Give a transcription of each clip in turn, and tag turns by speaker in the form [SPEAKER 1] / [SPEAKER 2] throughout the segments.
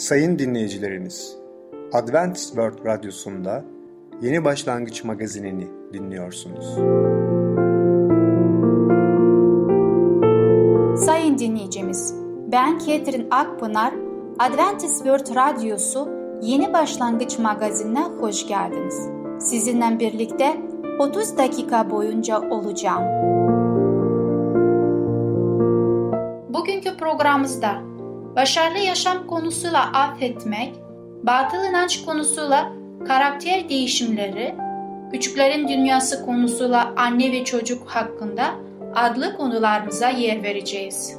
[SPEAKER 1] Sayın dinleyicilerimiz, Adventist World Radyosu'nda Yeni Başlangıç Magazinini dinliyorsunuz.
[SPEAKER 2] Sayın dinleyicimiz, ben Ketrin Akpınar, Adventist World Radyosu Yeni Başlangıç Magazinine hoş geldiniz. Sizinle birlikte 30 dakika boyunca olacağım. Bugünkü programımızda başarılı yaşam konusuyla affetmek, batıl inanç konusuyla karakter değişimleri, küçüklerin dünyası konusuyla anne ve çocuk hakkında adlı konularımıza yer vereceğiz.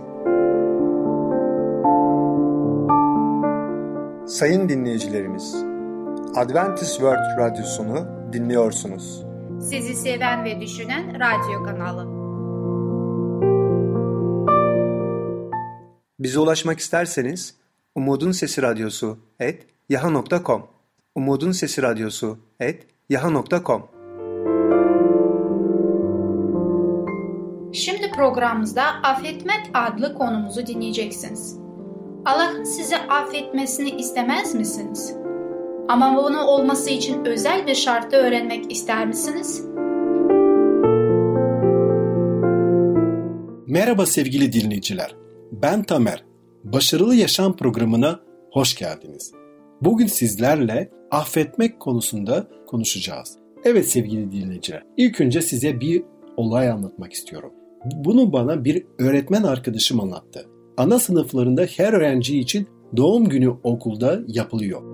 [SPEAKER 1] Sayın dinleyicilerimiz, Adventist World Radyosunu dinliyorsunuz.
[SPEAKER 2] Sizi seven ve düşünen radyo kanalı.
[SPEAKER 1] Bize ulaşmak isterseniz umudunsesiradyosu@yahoo.com umudunsesiradyosu@yahoo.com.
[SPEAKER 2] Şimdi programımızda affetmek adlı konumuzu dinleyeceksiniz. Allah'ın sizi affetmesini istemez misiniz? Ama bunun olması için özel bir şartı öğrenmek ister misiniz?
[SPEAKER 3] Merhaba sevgili dinleyiciler. Ben Tamer. Başarılı Yaşam programına hoş geldiniz. Bugün sizlerle affetmek konusunda konuşacağız. Evet sevgili dinleyiciler, ilk önce size bir olay anlatmak istiyorum. Bunu bana bir öğretmen arkadaşım anlattı. Ana sınıflarında her öğrenci için doğum günü okulda yapılıyor.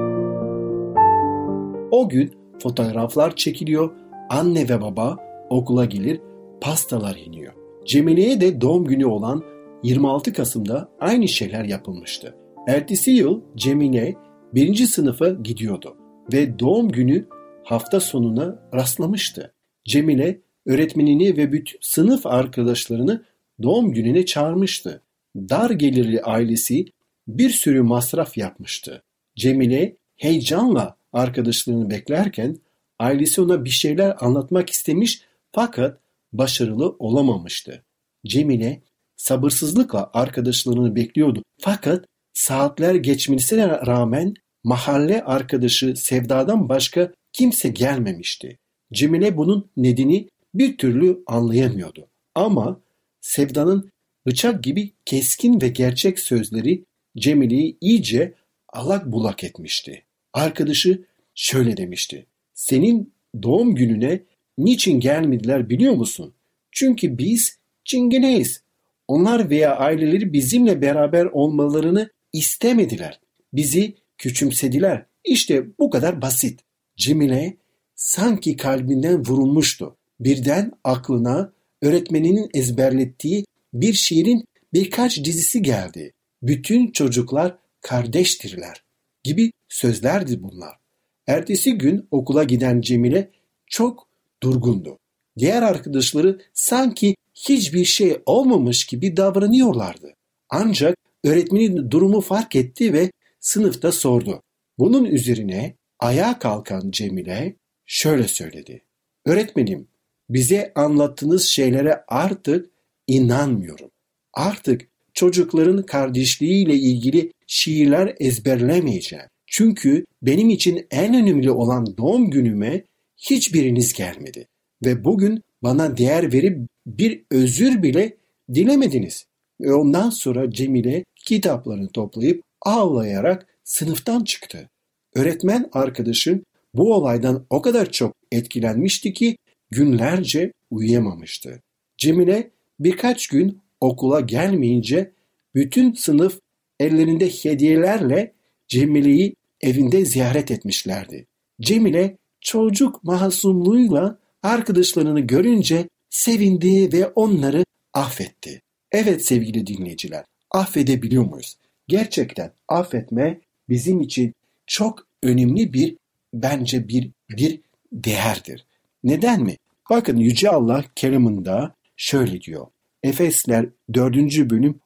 [SPEAKER 3] O gün fotoğraflar çekiliyor, anne ve baba okula gelir, pastalar yeniyor. Cemile'ye de doğum günü olan 26 Kasım'da aynı şeyler yapılmıştı. Ertesi yıl Cemile 1. sınıfa gidiyordu ve doğum günü hafta sonuna rastlamıştı. Cemile öğretmenini ve bütün sınıf arkadaşlarını doğum gününe çağırmıştı. Dar gelirli ailesi bir sürü masraf yapmıştı. Cemile heyecanla arkadaşlarını beklerken ailesi ona bir şeyler anlatmak istemiş fakat başarılı olamamıştı. Cemile sabırsızlıkla arkadaşlarını bekliyordu. Fakat saatler geçmesine rağmen mahalle arkadaşı Sevda'dan başka kimse gelmemişti. Cemile bunun nedeni bir türlü anlayamıyordu. Ama Sevda'nın bıçak gibi keskin ve gerçek sözleri Cemile'yi iyice allak bullak etmişti. Arkadaşı şöyle demişti. Senin doğum gününe niçin gelmediler biliyor musun? Çünkü biz çingeneyiz. Onlar veya aileleri bizimle beraber olmalarını istemediler. Bizi küçümsediler. İşte bu kadar basit. Cemile sanki kalbinden vurulmuştu. Birden aklına öğretmeninin ezberlettiği bir şiirin birkaç dizisi geldi. Bütün çocuklar kardeştirler gibi sözlerdi bunlar. Ertesi gün okula giden Cemile çok durgundu. Diğer arkadaşları sanki hiçbir şey olmamış gibi davranıyorlardı. Ancak öğretmenin durumu fark etti ve sınıfta sordu. Bunun üzerine ayağa kalkan Cemile şöyle söyledi. Öğretmenim, bize anlattığınız şeylere artık inanmıyorum. Artık çocukların kardeşliğiyle ilgili şiirler ezberlemeyeceğim. Çünkü benim için en önemli olan doğum günüme hiçbiriniz gelmedi. Ve bugün bana değer verip bir özür bile dilemediniz. Ve ondan sonra Cemile kitaplarını toplayıp ağlayarak sınıftan çıktı. Öğretmen arkadaşım bu olaydan o kadar çok etkilenmişti ki günlerce uyuyamamıştı. Cemile birkaç gün okula gelmeyince bütün sınıf ellerinde hediyelerle Cemile'yi evinde ziyaret etmişlerdi. Cemile çocuk masumluğuyla arkadaşlarını görünce sevindi ve onları affetti. Evet sevgili dinleyiciler, affedebiliyor muyuz? Gerçekten affetme bizim için çok önemli bence bir değerdir. Neden mi? Bakın Yüce Allah kelamında şöyle diyor. Efesler 4. bölüm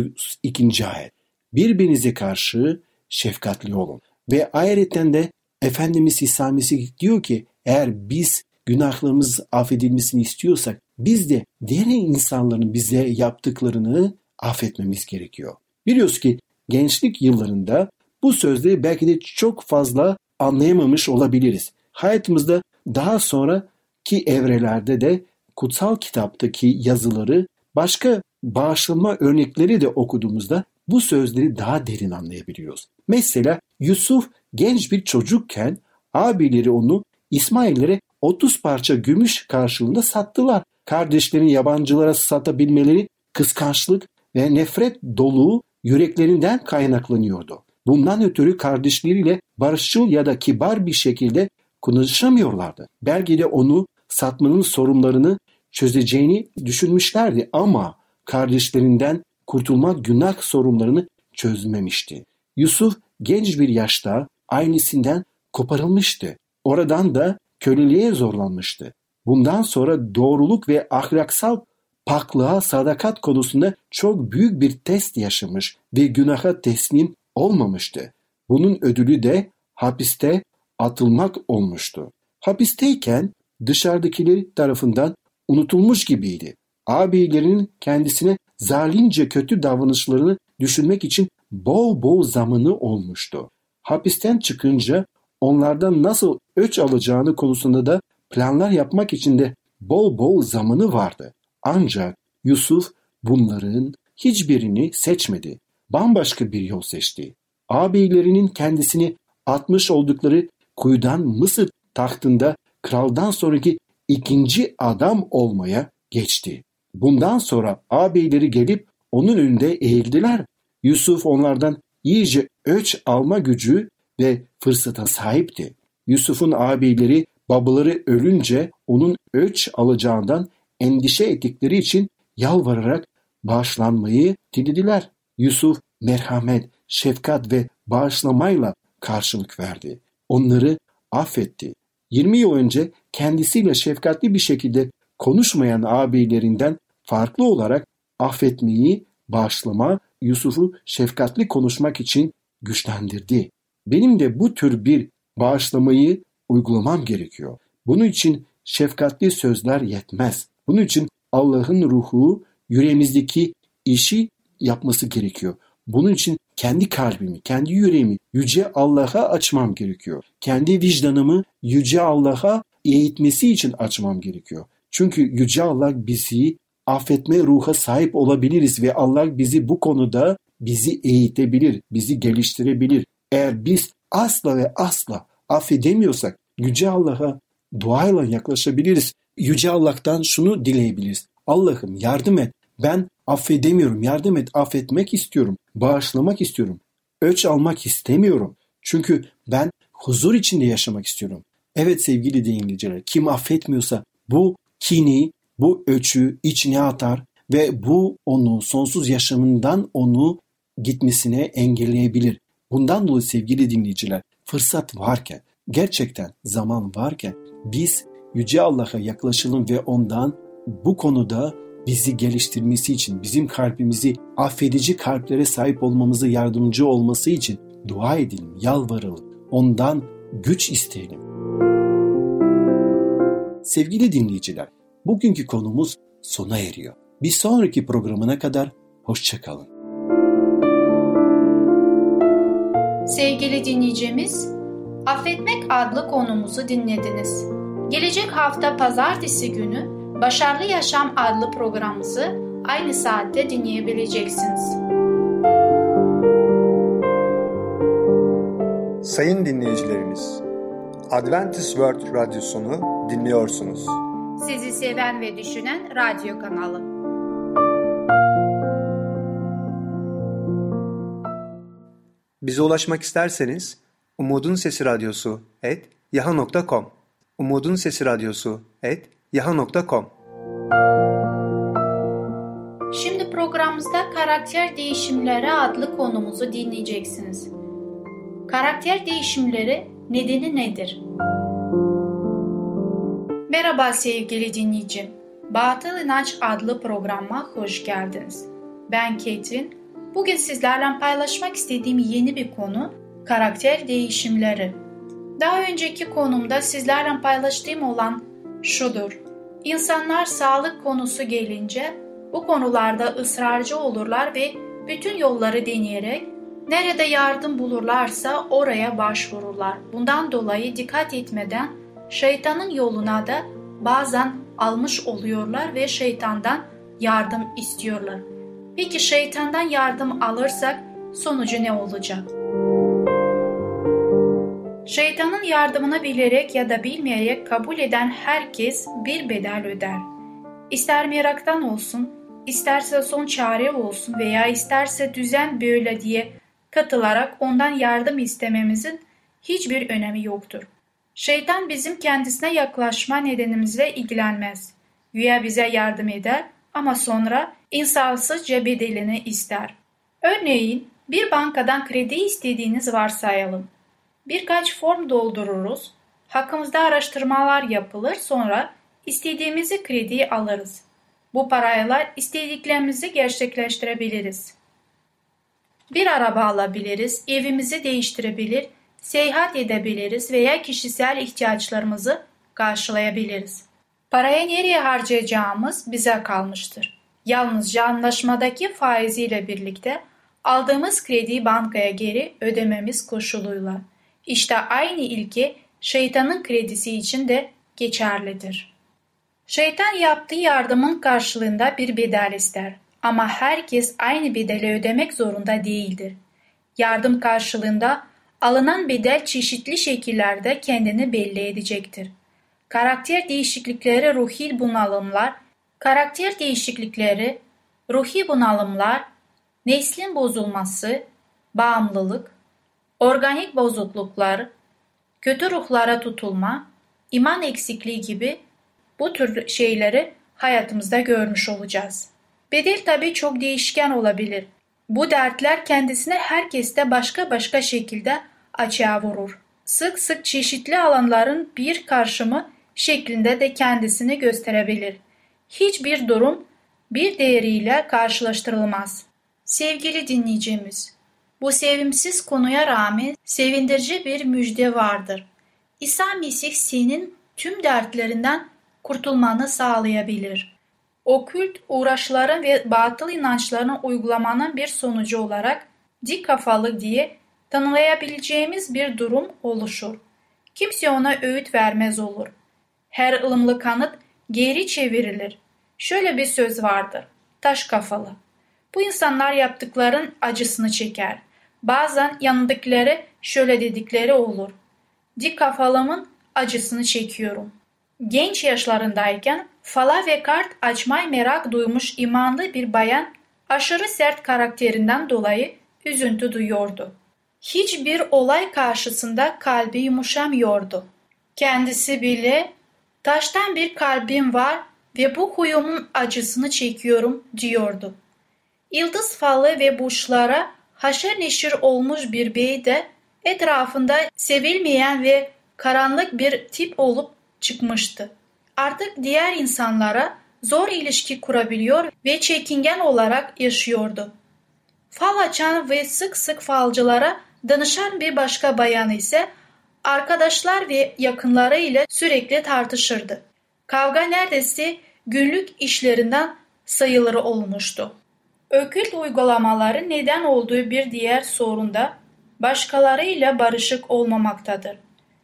[SPEAKER 3] 32. ayet. Birbirinize karşı şefkatli olun. Ve ayrıca de Efendimiz İsa Mesih diyor ki eğer biz günahlarımız affedilmesini istiyorsak biz de diğer insanların bize yaptıklarını affetmemiz gerekiyor. Biliyoruz ki gençlik yıllarında bu sözleri belki de çok fazla anlayamamış olabiliriz. Hayatımızda daha sonraki evrelerde de kutsal kitaptaki yazıları, başka bağışlanma örnekleri de okuduğumuzda bu sözleri daha derin anlayabiliyoruz. Mesela Yusuf genç bir çocukken abileri onu İsmail'lere 30 parça gümüş karşılığında sattılar. Kardeşlerin yabancılara satabilmeleri kıskançlık ve nefret dolu yüreklerinden kaynaklanıyordu. Bundan ötürü kardeşleriyle barışçıl ya da kibar bir şekilde konuşamıyorlardı. Belki de onu satmanın sorunlarını çözeceğini düşünmüşlerdi ama kardeşlerinden kurtulmak günah sorunlarını çözmemişti. Yusuf genç bir yaşta ailesinden koparılmıştı. Oradan da köleliğe zorlanmıştı. Bundan sonra doğruluk ve ahlaksal paklığa, sadakat konusunda çok büyük bir test yaşamış ve günaha teslim olmamıştı. Bunun ödülü de hapiste atılmak olmuştu. Hapisteyken dışarıdakiler tarafından unutulmuş gibiydi. Ağabeylerinin kendisine zalimce kötü davranışlarını düşünmek için bol bol zamanı olmuştu. Hapisten çıkınca onlardan nasıl öç alacağını konusunda da planlar yapmak için de bol bol zamanı vardı. Ancak Yusuf bunların hiçbirini seçmedi. Bambaşka bir yol seçti. Ağabeylerinin kendisini atmış oldukları kuyudan Mısır tahtında kraldan sonraki ikinci adam olmaya geçti. Bundan sonra ağabeyleri gelip onun önünde eğildiler. Yusuf onlardan iyice öç alma gücü ve fırsata sahipti. Yusuf'un ağabeyleri babaları ölünce onun öç alacağından endişe ettikleri için yalvararak bağışlanmayı dilediler. Yusuf merhamet, şefkat ve bağışlamayla karşılık verdi. Onları affetti. 20 yıl önce kendisiyle şefkatli bir şekilde konuşmayan ağabeylerinden farklı olarak affetmeyi, bağışlama Yusuf'u şefkatli konuşmak için güçlendirdi. Benim de bu tür bir bağışlamayı uygulamam gerekiyor. Bunun için şefkatli sözler yetmez. Bunun için Allah'ın ruhu yüreğimizdeki işi yapması gerekiyor. Bunun için kendi kalbimi, kendi yüreğimi Yüce Allah'a açmam gerekiyor. Kendi vicdanımı Yüce Allah'a eğitmesi için açmam gerekiyor. Çünkü Yüce Allah bizi affetme ruha sahip olabiliriz ve Allah bizi bu konuda bizi eğitebilir, bizi geliştirebilir. Eğer biz asla ve asla affedemiyorsak Yüce Allah'a duayla yaklaşabiliriz. Yüce Allah'tan şunu dileyebiliriz. Allah'ım yardım et. Ben affedemiyorum. Yardım et. Affetmek istiyorum. Bağışlamak istiyorum. Öç almak istemiyorum. Çünkü ben huzur içinde yaşamak istiyorum. Evet sevgili dinleyiciler, kim affetmiyorsa bu kini, bu öçü içine atar ve bu onu sonsuz yaşamından onu gitmesine engelleyebilir. Bundan dolayı sevgili dinleyiciler, fırsat varken, gerçekten zaman varken biz Yüce Allah'a yaklaşalım ve ondan bu konuda bizi geliştirmesi için, bizim kalbimizi affedici kalplere sahip olmamıza yardımcı olması için dua edelim, yalvaralım. Ondan güç isteyelim. Sevgili dinleyiciler, bugünkü konumuz sona eriyor. Bir sonraki programına kadar hoşça kalın.
[SPEAKER 2] Sevgili dinleyicimiz, Affetmek adlı konumuzu dinlediniz. Gelecek hafta pazartesi günü Başarılı Yaşam adlı programımızı aynı saatte dinleyebileceksiniz.
[SPEAKER 1] Sayın dinleyicilerimiz, Adventist World Radyosunu dinliyorsunuz.
[SPEAKER 2] Sizi seven ve düşünen radyo kanalı.
[SPEAKER 1] Bize ulaşmak isterseniz umudunsesiradyosu@yahoo.com umudunsesiradyosu@yahoo.com.
[SPEAKER 2] Şimdi programımızda karakter değişimleri adlı konumuzu dinleyeceksiniz. Karakter değişimleri nedeni nedir? Merhaba sevgili dinleyicim. Batıl İnanç adlı programa hoş geldiniz. Ben Ketrin. Bugün sizlerle paylaşmak istediğim yeni bir konu karakter değişimleri. Daha önceki konumda sizlerle paylaştığım olan şudur. İnsanlar sağlık konusu gelince bu konularda ısrarcı olurlar ve bütün yolları deneyerek Nerede yardım bulurlarsa oraya başvururlar. Bundan dolayı dikkat etmeden şeytanın yoluna da bazen almış oluyorlar ve şeytandan yardım istiyorlar. Peki şeytandan yardım alırsak sonucu ne olacak? Şeytanın yardımını bilerek ya da bilmeyerek kabul eden herkes bir bedel öder. İster meraktan olsun, isterse son çare olsun veya isterse düzen böyle diye katılarak ondan yardım istememizin hiçbir önemi yoktur. Şeytan bizim kendisine yaklaşma nedenimizle ilgilenmez. Güya bize yardım eder ama sonra insafsızca bedelini ister. Örneğin bir bankadan kredi istediğiniz varsayalım. Birkaç form doldururuz, hakkımızda araştırmalar yapılır, sonra istediğimizi krediyi alırız. Bu parayla istediklerimizi gerçekleştirebiliriz. Bir araba alabiliriz, evimizi değiştirebilir, seyahat edebiliriz veya kişisel ihtiyaçlarımızı karşılayabiliriz. Parayı nereye harcayacağımız bize kalmıştır. Yalnızca anlaşmadaki faiziyle birlikte aldığımız krediyi bankaya geri ödememiz koşuluyla. İşte aynı ilke şeytanın kredisi için de geçerlidir. Şeytan yaptığı yardımın karşılığında bir bedel ister. Ama herkes aynı bedeli ödemek zorunda değildir. Yardım karşılığında alınan bedel çeşitli şekillerde kendini belli edecektir. Karakter değişiklikleri, ruhi bunalımlar, neslin bozulması, bağımlılık, organik bozukluklar, kötü ruhlara tutulma, iman eksikliği gibi bu tür şeyleri hayatımızda görmüş olacağız. Bedel tabii çok değişken olabilir. Bu dertler kendisine herkeste başka şekilde açığa vurur. Sık sık çeşitli alanların bir karşımı şeklinde de kendisini gösterebilir. Hiçbir durum bir değeriyle karşılaştırılmaz. Sevgili dinleyicimiz, bu sevimsiz konuya rağmen sevindirici bir müjde vardır. İsa Mesih senin tüm dertlerinden kurtulmanı sağlayabilir. Okült uğraşların ve batıl inançlarını uygulamanın bir sonucu olarak dik kafalık diye tanımlayabileceğimiz bir durum oluşur. Kimse ona öğüt vermez olur. Her ılımlı kanıt geri çevrilir. Şöyle bir söz vardır: taş kafalı. Bu insanlar yaptıkların acısını çeker. Bazen yanındakileri şöyle dedikleri olur: dik kafalımın acısını çekiyorum. Genç yaşlarındayken fala ve kart açmaya merak duymuş imanlı bir bayan aşırı sert karakterinden dolayı üzüntü duyuyordu. Hiçbir olay karşısında kalbi yumuşamıyordu. Kendisi bile taştan bir kalbim var ve bu huyumun acısını çekiyorum diyordu. Yıldız falı ve burçlara haşır neşir olmuş bir bey de etrafında sevilmeyen ve karanlık bir tip olup çıkmıştı. Artık diğer insanlara zor ilişki kurabiliyor ve çekingen olarak yaşıyordu. Fal açan ve sık sık falcılara danışan bir başka bayan ise arkadaşlar ve yakınları ile sürekli tartışırdı. Kavga neredeyse günlük işlerinden sayılır olmuştu. Okült uygulamaları neden olduğu bir diğer sorun da başkalarıyla barışık olmamaktadır.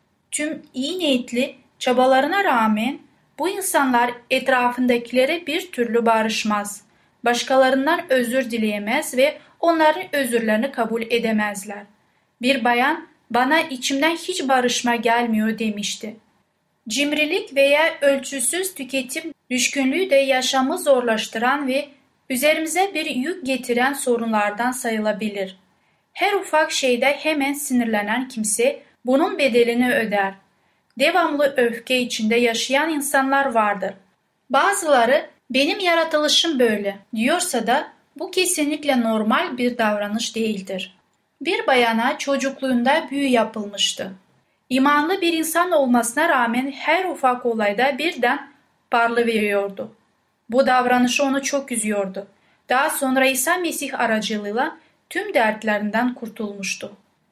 [SPEAKER 2] Tüm iyi niyetli çabalarına rağmen bu insanlar etrafındakilere bir türlü barışmaz, başkalarından özür dileyemez ve onların özürlerini kabul edemezler. Bir bayan bana içimden hiç barışma gelmiyor demişti. Cimrilik veya ölçüsüz tüketim düşkünlüğü de yaşamı zorlaştıran ve üzerimize bir yük getiren sorunlardan sayılabilir. Her ufak şeyde hemen sinirlenen kimse bunun bedelini öder. Devamlı öfke içinde yaşayan insanlar vardır. Bazıları benim yaratılışım böyle diyorsa da bu kesinlikle normal bir davranış değildir. Bir bayana çocukluğunda büyü yapılmıştı. İmanlı bir insan olmasına rağmen her ufak olayda birden parlayıveriyordu. Bu davranışı onu çok üzüyordu. Daha sonra İsa Mesih aracılığıyla tüm dertlerinden kurtulmuştu.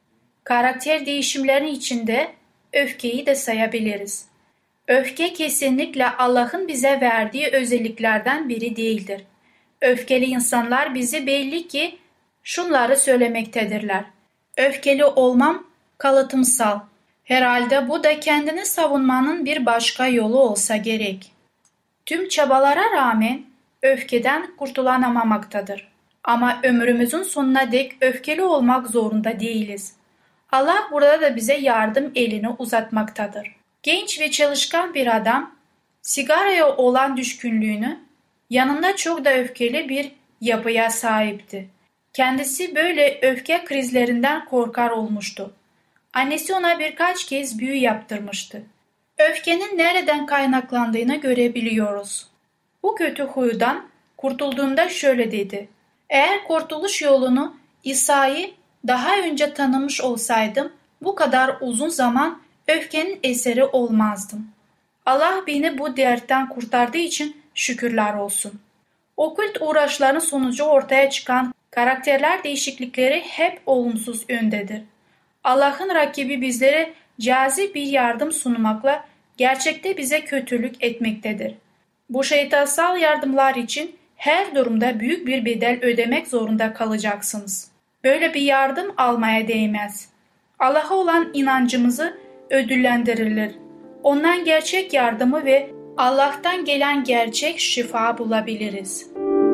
[SPEAKER 2] Karakter değişimlerinin içinde öfkeyi de sayabiliriz. Öfke kesinlikle Allah'ın bize verdiği özelliklerden biri değildir. Öfkeli insanlar bizi belli ki şunları söylemektedirler. Öfkeli olmam kalıtımsal. Herhalde bu da kendini savunmanın bir başka yolu olsa gerek. Tüm çabalara rağmen öfkeden kurtulamamaktadır. Ama ömrümüzün sonuna dek öfkeli olmak zorunda değiliz. Allah burada da bize yardım elini uzatmaktadır. Genç ve çalışkan bir adam sigaraya olan düşkünlüğünü, yanında çok da öfkeli bir yapıya sahipti. Kendisi böyle öfke krizlerinden korkar olmuştu. Annesi ona birkaç kez büyü yaptırmıştı. Öfkenin nereden kaynaklandığını görebiliyoruz. Bu kötü huydan kurtulduğunda şöyle dedi: "Eğer kurtuluş yolunu, İsa'yı daha önce tanımış olsaydım, bu kadar uzun zaman öfkenin eseri olmazdım. Allah beni bu dertten kurtardığı için şükürler olsun." Okült uğraşların sonucu ortaya çıkan karakterler değişiklikleri hep olumsuz yöndedir. Allah'ın rakibi bizlere cazip bir yardım sunmakla gerçekte bize kötülük etmektedir. Bu şeytansal yardımlar için her durumda büyük bir bedel ödemek zorunda kalacaksınız. Böyle bir yardım almaya değmez. Allah'a olan inancımızı ödüllendirilir. Ondan gerçek yardımı ve Allah'tan gelen gerçek şifa bulabiliriz.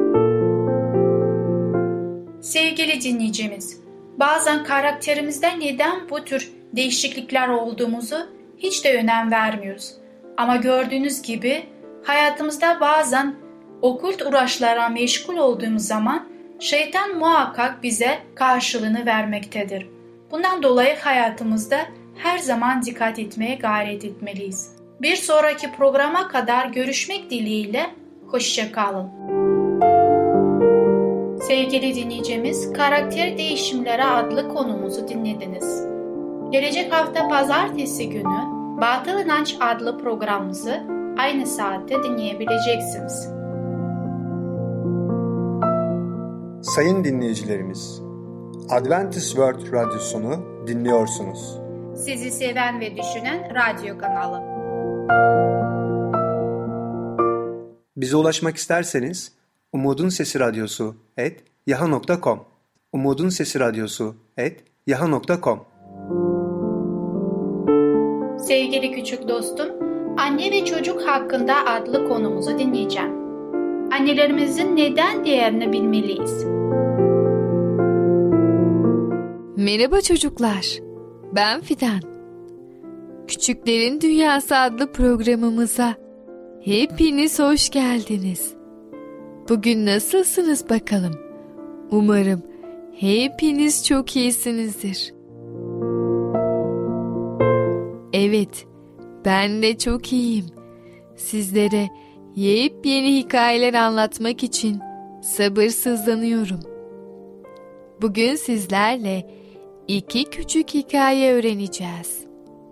[SPEAKER 2] Sevgili dinleyicimiz, bazen karakterimizde neden bu tür değişiklikler olduğumuzu hiç de önem vermiyoruz. Ama gördüğünüz gibi hayatımızda bazen okült uğraşlara meşgul olduğumuz zaman şeytan muhakkak bize karşılığını vermektedir. Bundan dolayı hayatımızda her zaman dikkat etmeye gayret etmeliyiz. Bir sonraki programa kadar görüşmek dileğiyle, hoşça kalın. Sevgili dinleyicimiz, Karakter Değişimleri adlı konumuzu dinlediniz. Gelecek hafta pazartesi günü Batıl İnanç adlı programımızı aynı saatte dinleyebileceksiniz.
[SPEAKER 1] Sayın dinleyicilerimiz, Adventist World Radyosunu dinliyorsunuz.
[SPEAKER 2] Sizi seven ve düşünen radyo kanalı.
[SPEAKER 1] Bize ulaşmak isterseniz Umutun Sesi Radyosu @yahoo.com Umutun Sesi Radyosu @yahoo.com.
[SPEAKER 2] Sevgili küçük dostum, anne ve çocuk hakkında adlı konumuzu dinleyeceğim. Annelerimizin neden değerini bilmeliyiz?
[SPEAKER 4] Merhaba çocuklar, ben Fidan. Küçüklerin Dünyası adlı programımıza hepiniz hoş geldiniz. Bugün nasılsınız bakalım? Umarım hepiniz çok iyisinizdir. Evet, ben de çok iyiyim. Sizlere yepyeni hikayeler anlatmak için sabırsızlanıyorum. Bugün sizlerle 2 küçük hikaye öğreneceğiz.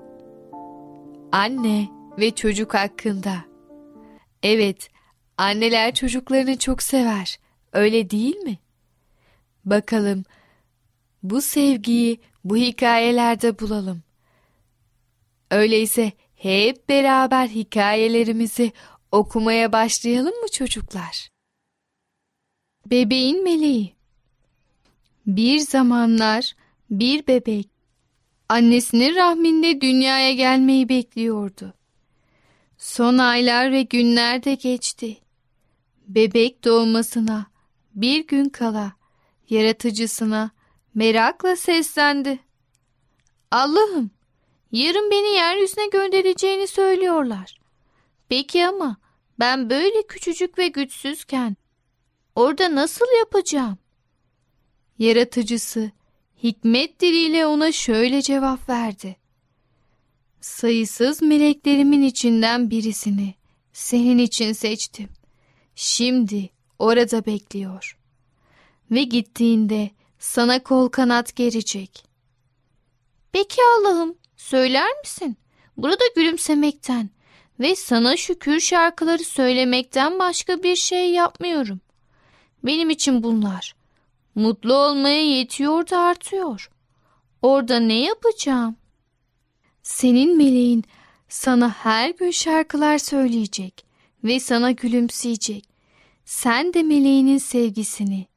[SPEAKER 4] Anne ve çocuk hakkında. Evet, anneler çocuklarını çok sever, öyle değil mi? Bakalım bu sevgiyi bu hikayelerde bulalım. Öyleyse hep beraber hikayelerimizi okumaya başlayalım mı çocuklar? Bebeğin meleği. Bir zamanlar bir bebek annesinin rahminde dünyaya gelmeyi bekliyordu. Son aylar ve günler de geçti. Bebek doğmasına bir gün kala yaratıcısına merakla seslendi. "Allah'ım, yarın beni yeryüzüne göndereceğini söylüyorlar. Peki ama ben böyle küçücük ve güçsüzken orada nasıl yapacağım?" Yaratıcısı hikmet diliyle ona şöyle cevap verdi. "Sayısız meleklerimin içinden birisini senin için seçtim. Şimdi orada bekliyor. Ve gittiğinde sana kol kanat gerecek." "Peki Allah'ım, söyler misin? Burada gülümsemekten ve sana şükür şarkıları söylemekten başka bir şey yapmıyorum. Benim için bunlar mutlu olmaya yetiyor da artıyor. Orada ne yapacağım?" Senin meleğin sana her gün şarkılar söyleyecek ve sana gülümseyecek. Sen de meleğinin sevgisini,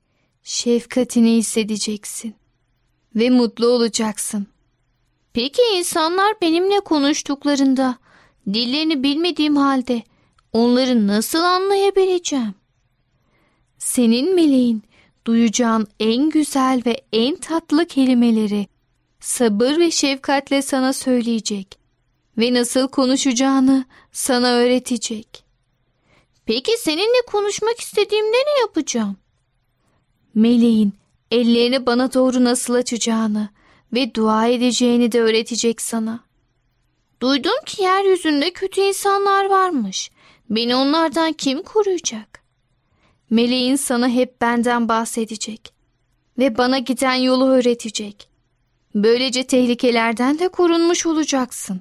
[SPEAKER 4] şefkatini hissedeceksin ve mutlu olacaksın. Peki insanlar benimle konuştuklarında, dillerini bilmediğim halde onları nasıl anlayabileceğim? Senin meleğin duyacağın en güzel ve en tatlı kelimeleri sabır ve şefkatle sana söyleyecek ve nasıl konuşacağını sana öğretecek. Peki seninle konuşmak istediğimde ne yapacağım? Meleğin ellerini bana doğru nasıl açacağını ve dua edeceğini de öğretecek sana. Duydum ki yeryüzünde kötü insanlar varmış. Beni onlardan kim koruyacak? Meleğin sana hep benden bahsedecek ve bana giden yolu öğretecek. Böylece tehlikelerden de korunmuş olacaksın.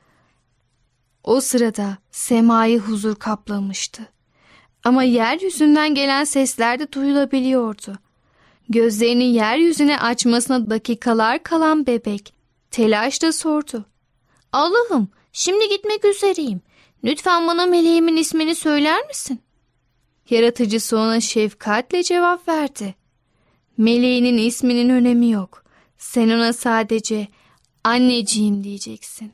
[SPEAKER 4] O sırada semayı huzur kaplamıştı. Ama yeryüzünden gelen sesler de duyulabiliyordu. Gözlerini yeryüzüne açmasına dakikalar kalan bebek telaşla sordu. Allah'ım, şimdi gitmek üzereyim. Lütfen bana meleğimin ismini söyler misin? Yaratıcısı ona şefkatle cevap verdi. Meleğinin isminin önemi yok. Sen ona sadece anneciğim diyeceksin.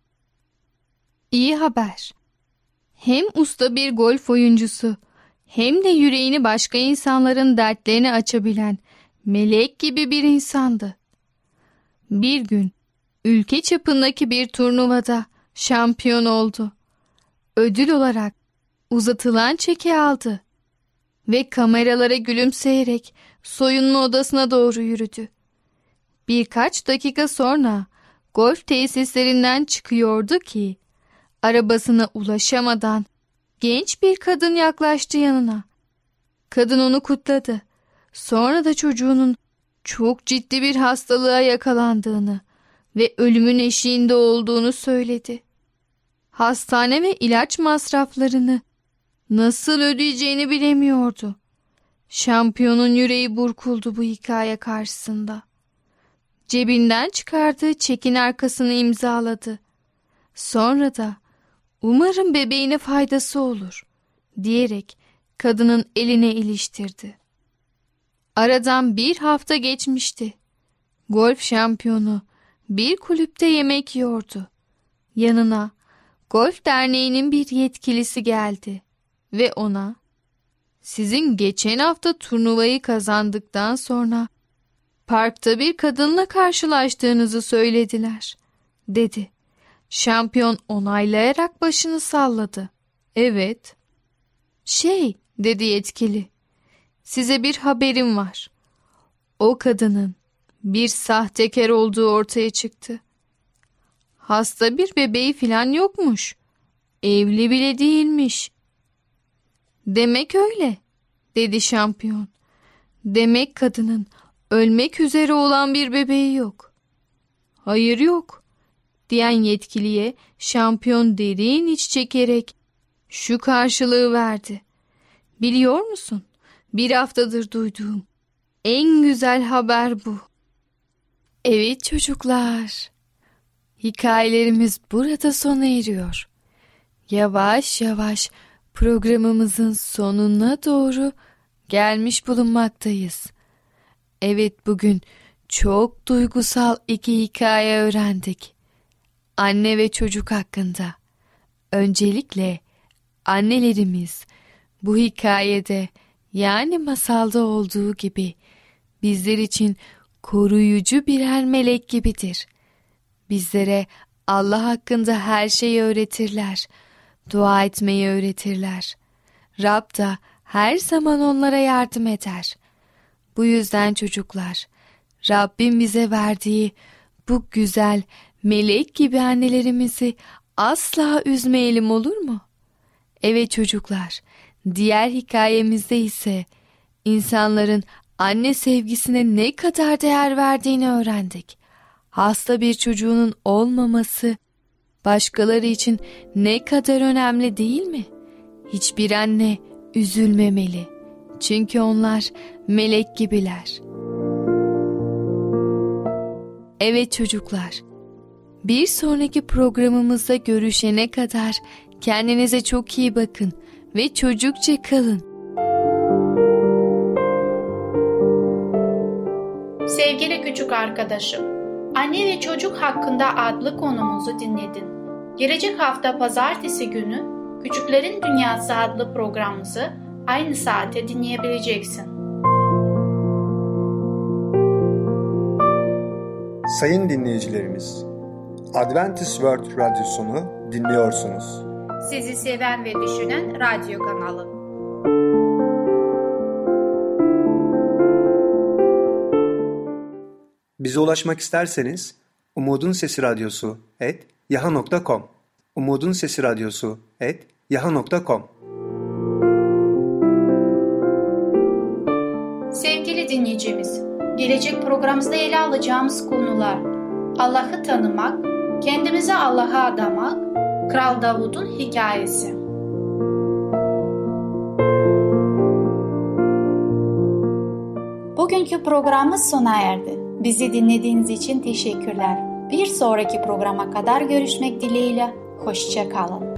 [SPEAKER 4] İyi haber. Hem usta bir golf oyuncusu hem de yüreğini başka insanların dertlerini açabilen melek gibi bir insandı. Bir gün ülke çapındaki bir turnuvada şampiyon oldu. Ödül olarak uzatılan çeki aldı ve kameralara gülümseyerek soyunma odasına doğru yürüdü. Birkaç dakika sonra golf tesislerinden çıkıyordu ki arabasına ulaşamadan genç bir kadın yaklaştı yanına. Kadın onu kutladı. Sonra da çocuğunun çok ciddi bir hastalığa yakalandığını ve ölümün eşiğinde olduğunu söyledi. Hastane ve ilaç masraflarını nasıl ödeyeceğini bilemiyordu. Şampiyonun yüreği burkuldu bu hikaye karşısında. Cebinden çıkardığı çekin arkasını imzaladı. Sonra da umarım bebeğine faydası olur diyerek kadının eline iliştirdi. Aradan bir hafta geçmişti. Golf şampiyonu bir kulüpte yemek yiyordu. Yanına golf derneğinin bir yetkilisi geldi ve ona "Sizin geçen hafta turnuvayı kazandıktan sonra parkta bir kadınla karşılaştığınızı söylediler," dedi. Şampiyon onaylayarak başını salladı. "Evet." dedi yetkili. "Size bir haberim var. O kadının bir sahtekar olduğu ortaya çıktı. Hasta bir bebeği falan yokmuş. Evli bile değilmiş." "Demek öyle," dedi şampiyon. "Demek kadının ölmek üzere olan bir bebeği yok." "Hayır, yok," diyen yetkiliye şampiyon derin iç çekerek şu karşılığı verdi. "Biliyor musun? Bir haftadır duyduğum en güzel haber bu." Evet çocuklar, hikayelerimiz burada sona eriyor. Yavaş yavaş programımızın sonuna doğru gelmiş bulunmaktayız. Evet, bugün çok duygusal iki hikaye öğrendik. Anne ve çocuk hakkında. Öncelikle annelerimiz bu hikayede, yani masalda olduğu gibi bizler için koruyucu birer melek gibidir. Bizlere Allah hakkında her şeyi öğretirler. Dua etmeyi öğretirler. Rab da her zaman onlara yardım eder. Bu yüzden çocuklar, Rabbim bize verdiği bu güzel melek gibi annelerimizi asla üzmeyelim, olur mu? Evet çocuklar, diğer hikayemizde ise insanların anne sevgisine ne kadar değer verdiğini öğrendik. Hasta bir çocuğunun olmaması başkaları için ne kadar önemli, değil mi? Hiçbir anne üzülmemeli. Çünkü onlar melek gibiler. Evet çocuklar, bir sonraki programımızda görüşene kadar kendinize çok iyi bakın ve çocukça kalın.
[SPEAKER 2] Sevgili küçük arkadaşım, Anne ve Çocuk Hakkında adlı konumuzu dinledin. Gelecek hafta pazartesi günü Küçüklerin Dünyası adlı programımızı aynı saate dinleyebileceksin.
[SPEAKER 1] Sayın dinleyicilerimiz, Adventist World Radyosunu dinliyorsunuz.
[SPEAKER 2] Sizi seven ve düşünen radyo kanalı.
[SPEAKER 1] Bize ulaşmak isterseniz umudunsesiradyosu@yahoo.com umudunsesiradyosu@yahoo.com.
[SPEAKER 2] Sevgili dinleyicimiz, gelecek programımızda ele alacağımız konular: Allah'ı tanımak, kendimizi Allah'a adamak, Kral Davud'un hikayesi. Bugünkü programımız sona erdi. Bizi dinlediğiniz için teşekkürler. Bir sonraki programa kadar görüşmek dileğiyle. Hoşça kalın.